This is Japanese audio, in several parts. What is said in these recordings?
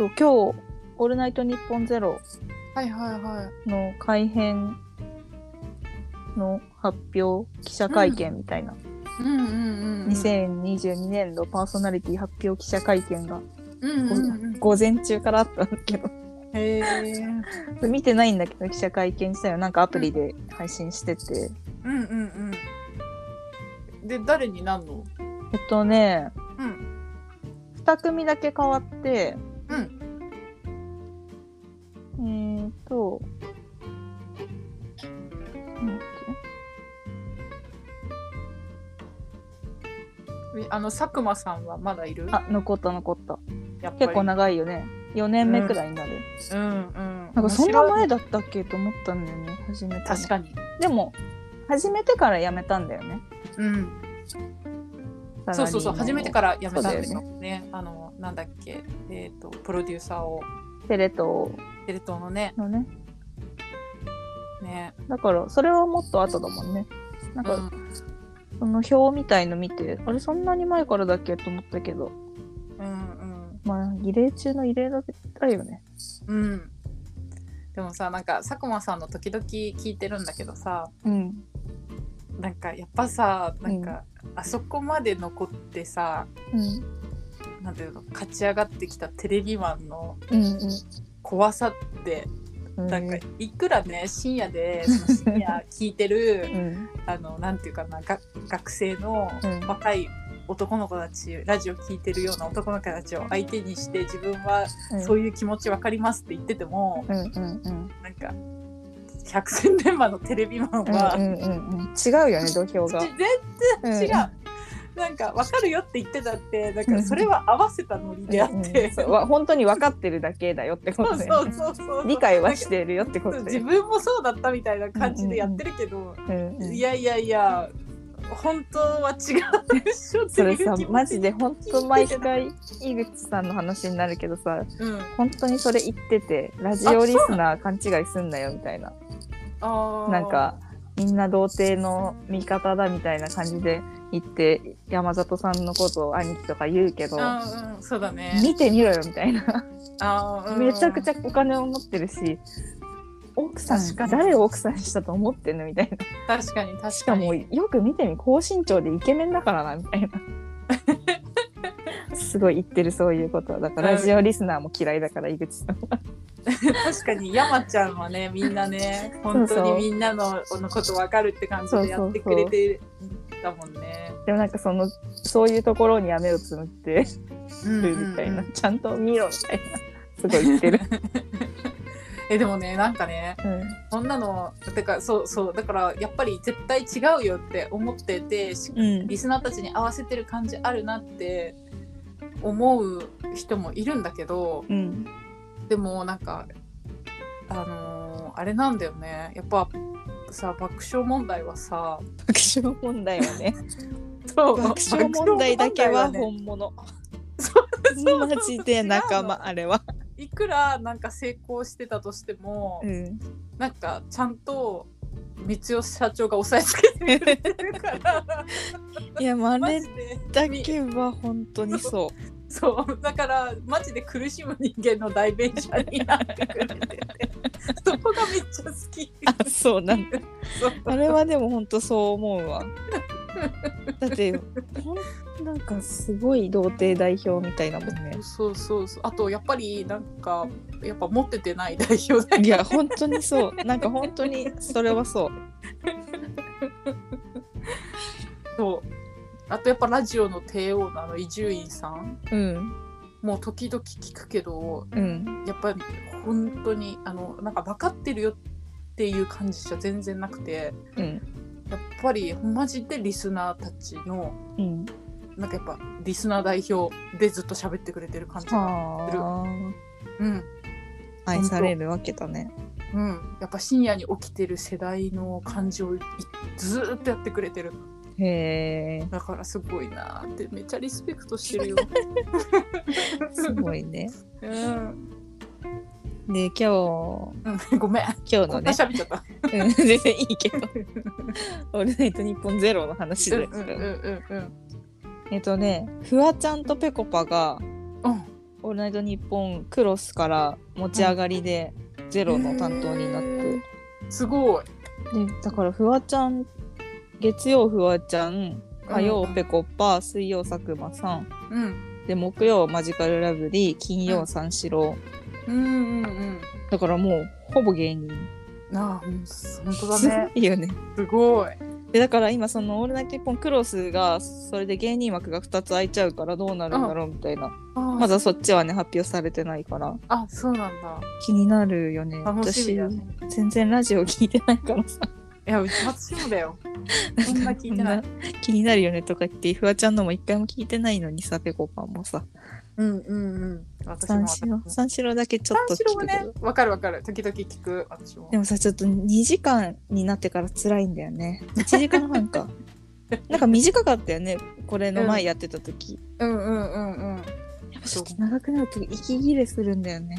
そう今日オールナイトニッポンゼロはいはいはの改編の発表記者会見みたいな、 うんうんうんうん、 2022年度パーソナリティ発表記者会見が、 うんうんうん、 午前中からあったんだけどへえ見てないんだけど記者会見したよ。なんかアプリで配信してて、 うんうんうんで誰になんの？ ね、 うん、 2組だけ変わってうん、 なんだっ佐久間さんはまだいる？ け、残ったやっぱり結構長いよね。4年目くらいになる、 うんうん、 なんかそんな前だったっけと思ったんだよね、始めたの。 確かに。 でも始めてからやめたんだよね。 うんそうそうそう、初めてから辞めたんですよね。なんだっけ、プロデューサーをテレ東のね。ね。 だからそれはもっと後だもんね。なんか、その表みたいの見て、あれそんなに前からだっけと思ったけど、 うんうん、 まあ異例中の異例だよね。 うん。でもさ、なんか佐久間さんの時々聞いてるんだけどさ、 うん、 なんかやっぱさ、なんか、あそこまで残ってさ、なんていうの、勝ち上がってきたテレビマンの怖さって、なんかいくらね深夜でその深夜聞いてる、なんていうかな、学生の若い男の子たち、ラジオ聞いてるような男の子たちを相手にして自分はそういう気持ち分かりますって言ってても、なんか百戦錬磨のテレビマンは、 違うよね、土俵が全然違う、なんか分かるよって言ってたって、なんかそれは合わせたノリであって、 本当に分かってるだけだよってことで、理解はしてるよってことで、 自分もそうだったみたいな感じでやってるけど、いやいやいや本当は違うでしょ。 それさ、マジで本当毎回井口さんの話になるけどさ、本当にそれ言ってて、ラジオリスナー勘違いすんなよみたいな、なんかみんな童貞の味方だみたいな感じで言って山里さんのことを兄貴とか言うけど、 そうだね、 見てみろよみたいなめちゃくちゃお金を持ってるし、奥さん誰を奥さんにしたと思ってんのみたいな。 確かにしかもよく見てみ、高身長でイケメンだからなみたいなすごい言ってる、そういうことは。だからラジオリスナーも嫌いだから、井口さんは確かに山ちゃんはね、みんなね本当にみんなのこと分かるって感じでやってくれてたもんね。 でもなんかそういうところに目をつむってるみたいな、ちゃんと見ろみたいなすごい言ってるでもね、なんかね、そんなのてか、そうだからやっぱり絶対違うよって思ってて、リスナーたちに合わせてる感じあるなって思う人もいるんだけど、でもなんかあれなんだよね、やっぱさ、爆笑問題はさ、 爆笑問題はねそう爆笑問題だけは本物マジで仲間。あれはいくらなんか成功してたとしても、なんかちゃんと光代社長が押さえつけてくれてるからいや、あれだけは本当にそうだからマジで苦しむ人間の代弁者になってくれててそこがめっちゃ好き。 そうなんだあれはでも本当そう思うわだってなんかすごい童貞代表みたいなもんね。 そうあとやっぱりなんかやっぱ持っててない代表だよね。 いや本当にそう、なんか本当にそれはそうそう、あとやっぱラジオの帝王の伊集院さん、もう時々聞くけど、やっぱり本当になんか分かってるよっていう感じじゃ全然なくて、やっぱりマジでリスナーたちの、なんかやっぱリスナー代表でずっと喋ってくれてる感じがする。 愛されるわけだね。 やっぱ深夜に起きてる世代の感じをずっとやってくれてる。 へー、 だからすごいなってめっちゃリスペクトしてるよすごいね。で今日、 ごめん今日のね喋っちゃった全然いいけどオールナイトニッポンゼロの話ですけど、フワちゃんとぺこぱが、 オールナイトニッポンクロスから持ち上がりでゼロの担当になって、 すごい。 でだからフワちゃん、月曜フワちゃん、火曜ぺこぱ、水曜佐久間さん、で木曜マジカルラブリー、金曜三四郎、だからもうほぼ芸人。 ああ、本当だね。 いいよね。 すごい。 でだから今そのオールナイトニッポンクロスがそれで芸人枠が2つ空いちゃうからどうなるんだろうみたいな。まだそっちはね発表されてないから。 あ、そうなんだ。 気になるよね。 楽しみだね。 私全然ラジオ聞いてないからさ。 いや、私もだよ。そんな聞いてない。 気になるよねとか言ってフワちゃんのも一回も聞いてないのにさ、ぺこぱもさ。三四郎だけちょっと聞くけど。 三四郎ね、わかるわかる。時々聞く私も。 でもさ、ちょっと2時間になってから辛いんだよね。1時間半か。なんか短かったよね。これの前やってた時。やっぱちょっと長くなると息切れするんだよね。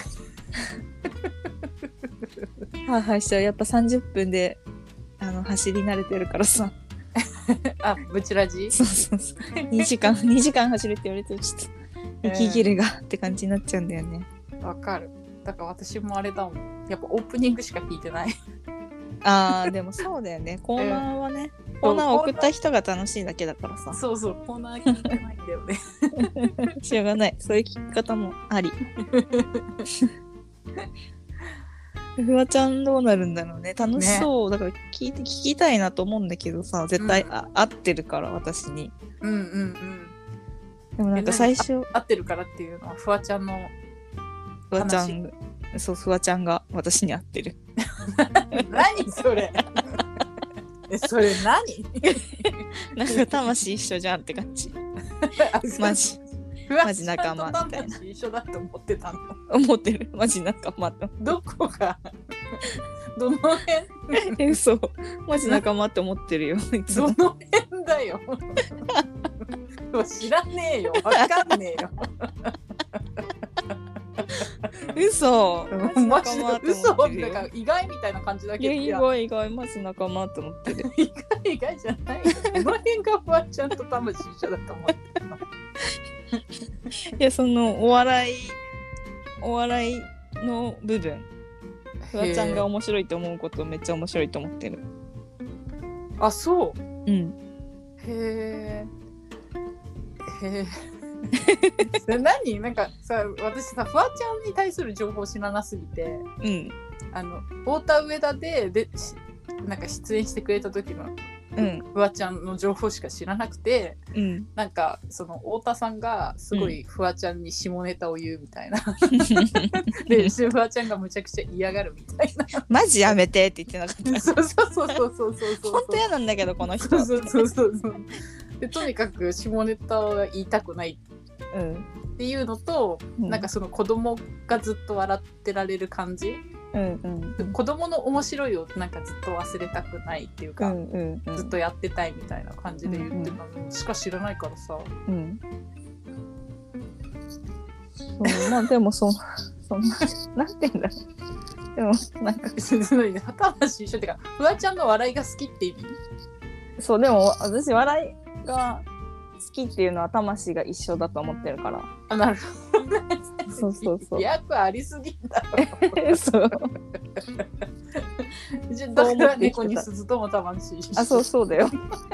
はいしちゃう。やっぱ30分で走り慣れてるからさ。 あ、ブチラジ？ そう2時間走るって言われてちょっと息切れがって感じになっちゃうんだよね。 わかる。だから私もあれだもん。やっぱオープニングしか聞いてない。 あーでもそうだよね。コーナーはね、コーナーを送った人が楽しいだけだからさ。 そうコーナー聞いてないんだよね。 しょうがない。そういう聞き方もあり。フワちゃんどうなるんだろうね。楽しそう、ね、だから聞きたいなと思うんだけどさ、絶対、合ってるから私に。でもなんか最初合ってるからっていうのはフワちゃんのフワちゃん、そうフワちゃんが私に合ってる。 何それ。それ何？ なんか魂一緒じゃんって感じ。マジ仲間みたいな。 一緒だと思ってたの。 思ってる。マジ仲間と。 どこが？どの辺？ 嘘。マジ仲間って思ってるよ。いつも。 どの辺だよ。知らねえよ。わかんねえよ。 嘘。 マジで嘘。だから意外みたいな感じだけど。 意外マジ仲間って思ってる。 意外じゃないよ。この辺がフワちゃんと魂一緒だと思ってるの。 いやそのお笑いの部分、フワちゃんが面白いと思うことめっちゃ面白いと思ってる。 あ、そう。 へえ。何？なんかさ、私さ、フワちゃんに対する情報知らなすぎて、太田上田でなんか出演してくれた時のフワちゃんの情報しか知らなくて、なんかその太田さんがすごいフワちゃんに下ネタを言うみたいな、でフワちゃんがむちゃくちゃ嫌がるみたいな。 マジやめてって言ってなかった。 そう本当嫌なんだけどこの人。 そうでとにかく下ネタは言いたくないっていうのと、なんかその子供がずっと笑ってられる感じ、子供の面白いをなんかずっと忘れたくないっていうか、ずっとやってたいみたいな感じで言ってたのしか知らないからさ。 そうまあでもそんななんて言うんだろう。でもなんか魂一緒ってか、フワちゃんの笑いが好きって意味？ そうでも私笑いが好きっていうのは魂が一緒だと思ってるから。 あ、なるほどね。 そう役ありすぎんだろ。そうだから猫に鈴とも魂一緒。 あ、そうだよ。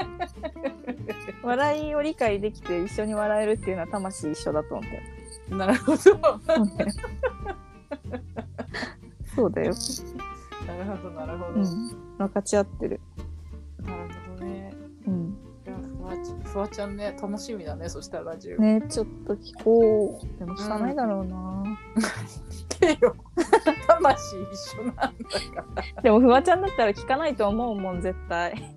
笑いを理解できて一緒に笑えるっていうのは魂一緒だと思ってる。 なるほど。 そうだよ。 なるほど。 分かち合ってる。 なるほどね。フワちゃんね、楽しみだね。そしたらラジオね、ちょっと聞こう。でも聞かないだろうな。 聞けよ。魂一緒なんだから。 でもフワちゃんだったら聞かないと思うもん絶対。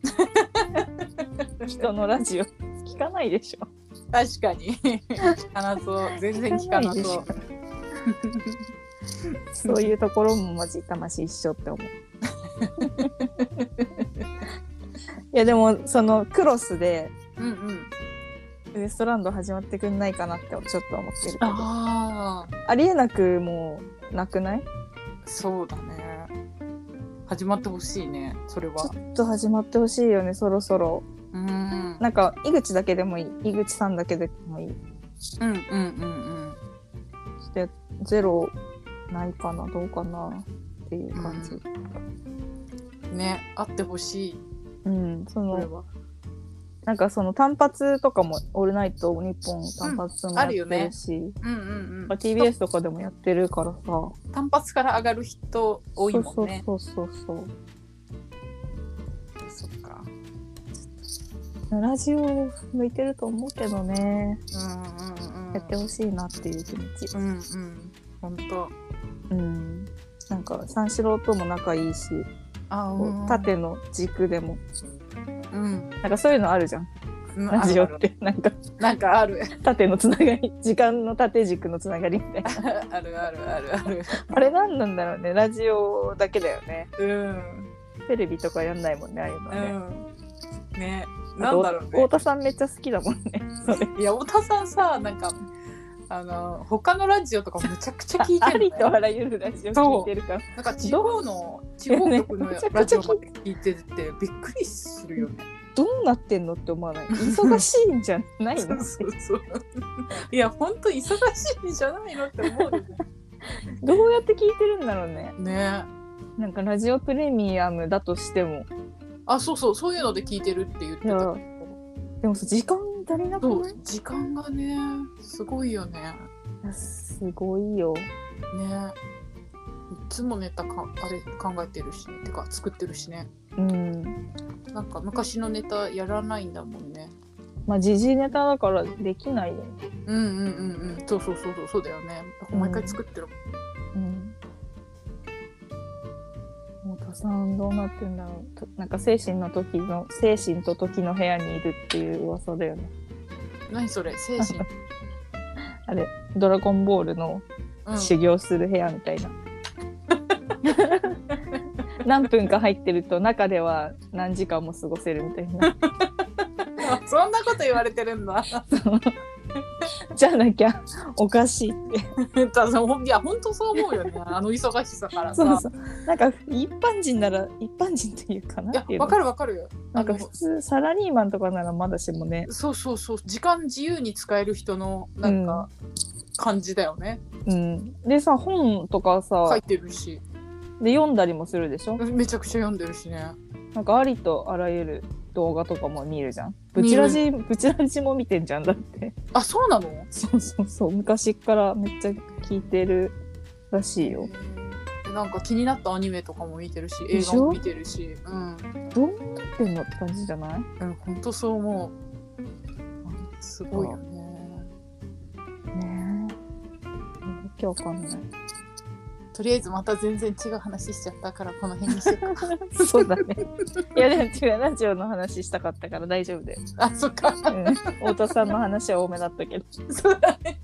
人のラジオ聞かないでしょ。 確かに。聞かなそう。全然聞かなそう。 そういうところもマジ魂一緒って思う。いやでもそのクロスで、ウエストランド始まってくんないかなってちょっと思ってるけど、ありえなくもうなくない？ そうだね。始まってほしいね。それはちょっと始まってほしいよね、そろそろ。なんか井口だけでもいい、井口さんだけでもいい。 してゼロないかな、どうかなっていう感じ、 ね、あってほしい。 そのなんかその単発とかもオールナイト日本単発もやってるし、TBS とかでもやってるからさ、 単発から上がる人多いもんね。 そうそっか。 ラジオ向いてると思うけどね、やってほしいなっていう気持ち。 本当。 なんか三四郎とも仲いいし、縦の軸でも、なんかそういうのあるじゃん、ラジオってなんかある縦のつながり、時間の縦軸のつながりみたいなあるあれ何なんだろうね、ラジオだけだよね。テレビとかやんないもんね、ああいうのね。 ね、なんだろうね。 太田さんめっちゃ好きだもんねそれ。 いや、太田さんさ、なんか他のラジオとかめちゃくちゃ聞いてる、ね、 ありとあらゆるラジオ聞いてるから、 なんか地方局のラジオまで聞いててびっくりするよね。 どうなってんのって思わない？忙しいんじゃないの？ そういや本当忙しいんじゃないのって思うよねどうやって聞いてるんだろうね。 ね、 なんかラジオプレミアムだとしても、 そういうので聞いてるって言ってた。 でもさ、時間足りなくない？ 時間がね、すごいよね。 すごいよね。 いつもネタあれ考えてるし、ね、てか作ってるしね。なんか昔のネタやらないんだもんね。 まあ時事ネタだからできないよね。 そうだよね。毎回作ってるもん。 太田さんどうなってんだろう。なんか精神と時の部屋にいるっていう噂だよね。 何それ、精神あれ、ドラゴンボールの修行する部屋みたいな、何分か入ってると中では何時間も過ごせるみたいなそんなこと言われてるんだじゃなきゃおかしいっていや本当そう思うよね、忙しさからさ。 なんか一般人なら、一般人っていうかなっていうの。 わかるよ。 なんか普通サラリーマンとかならまだしもね。 そう時間自由に使える人のなんか感じだよね。 でさ、本とかさ書いてるし、 で読んだりもするでしょ。 めちゃくちゃ読んでるしね。 なんかありとあらゆる動画とかも見るじゃん。ブチラジも見てんじゃん、だって。 あ、そうなの？ そう昔からめっちゃ聞いてるらしいよ。 なんか気になったアニメとかも見てるし、映画も見てるし、 どうなってんのって感じじゃない？ 本当そう思う。すごいよね。 今日わかんない。 とりあえずまた全然違う話しちゃったからこの辺にしようかそうだね。いやでも違う、ラジオの話したかったから大丈夫だよ。 あ、そっか。 太田さんの話は多めだったけど。 そうだね。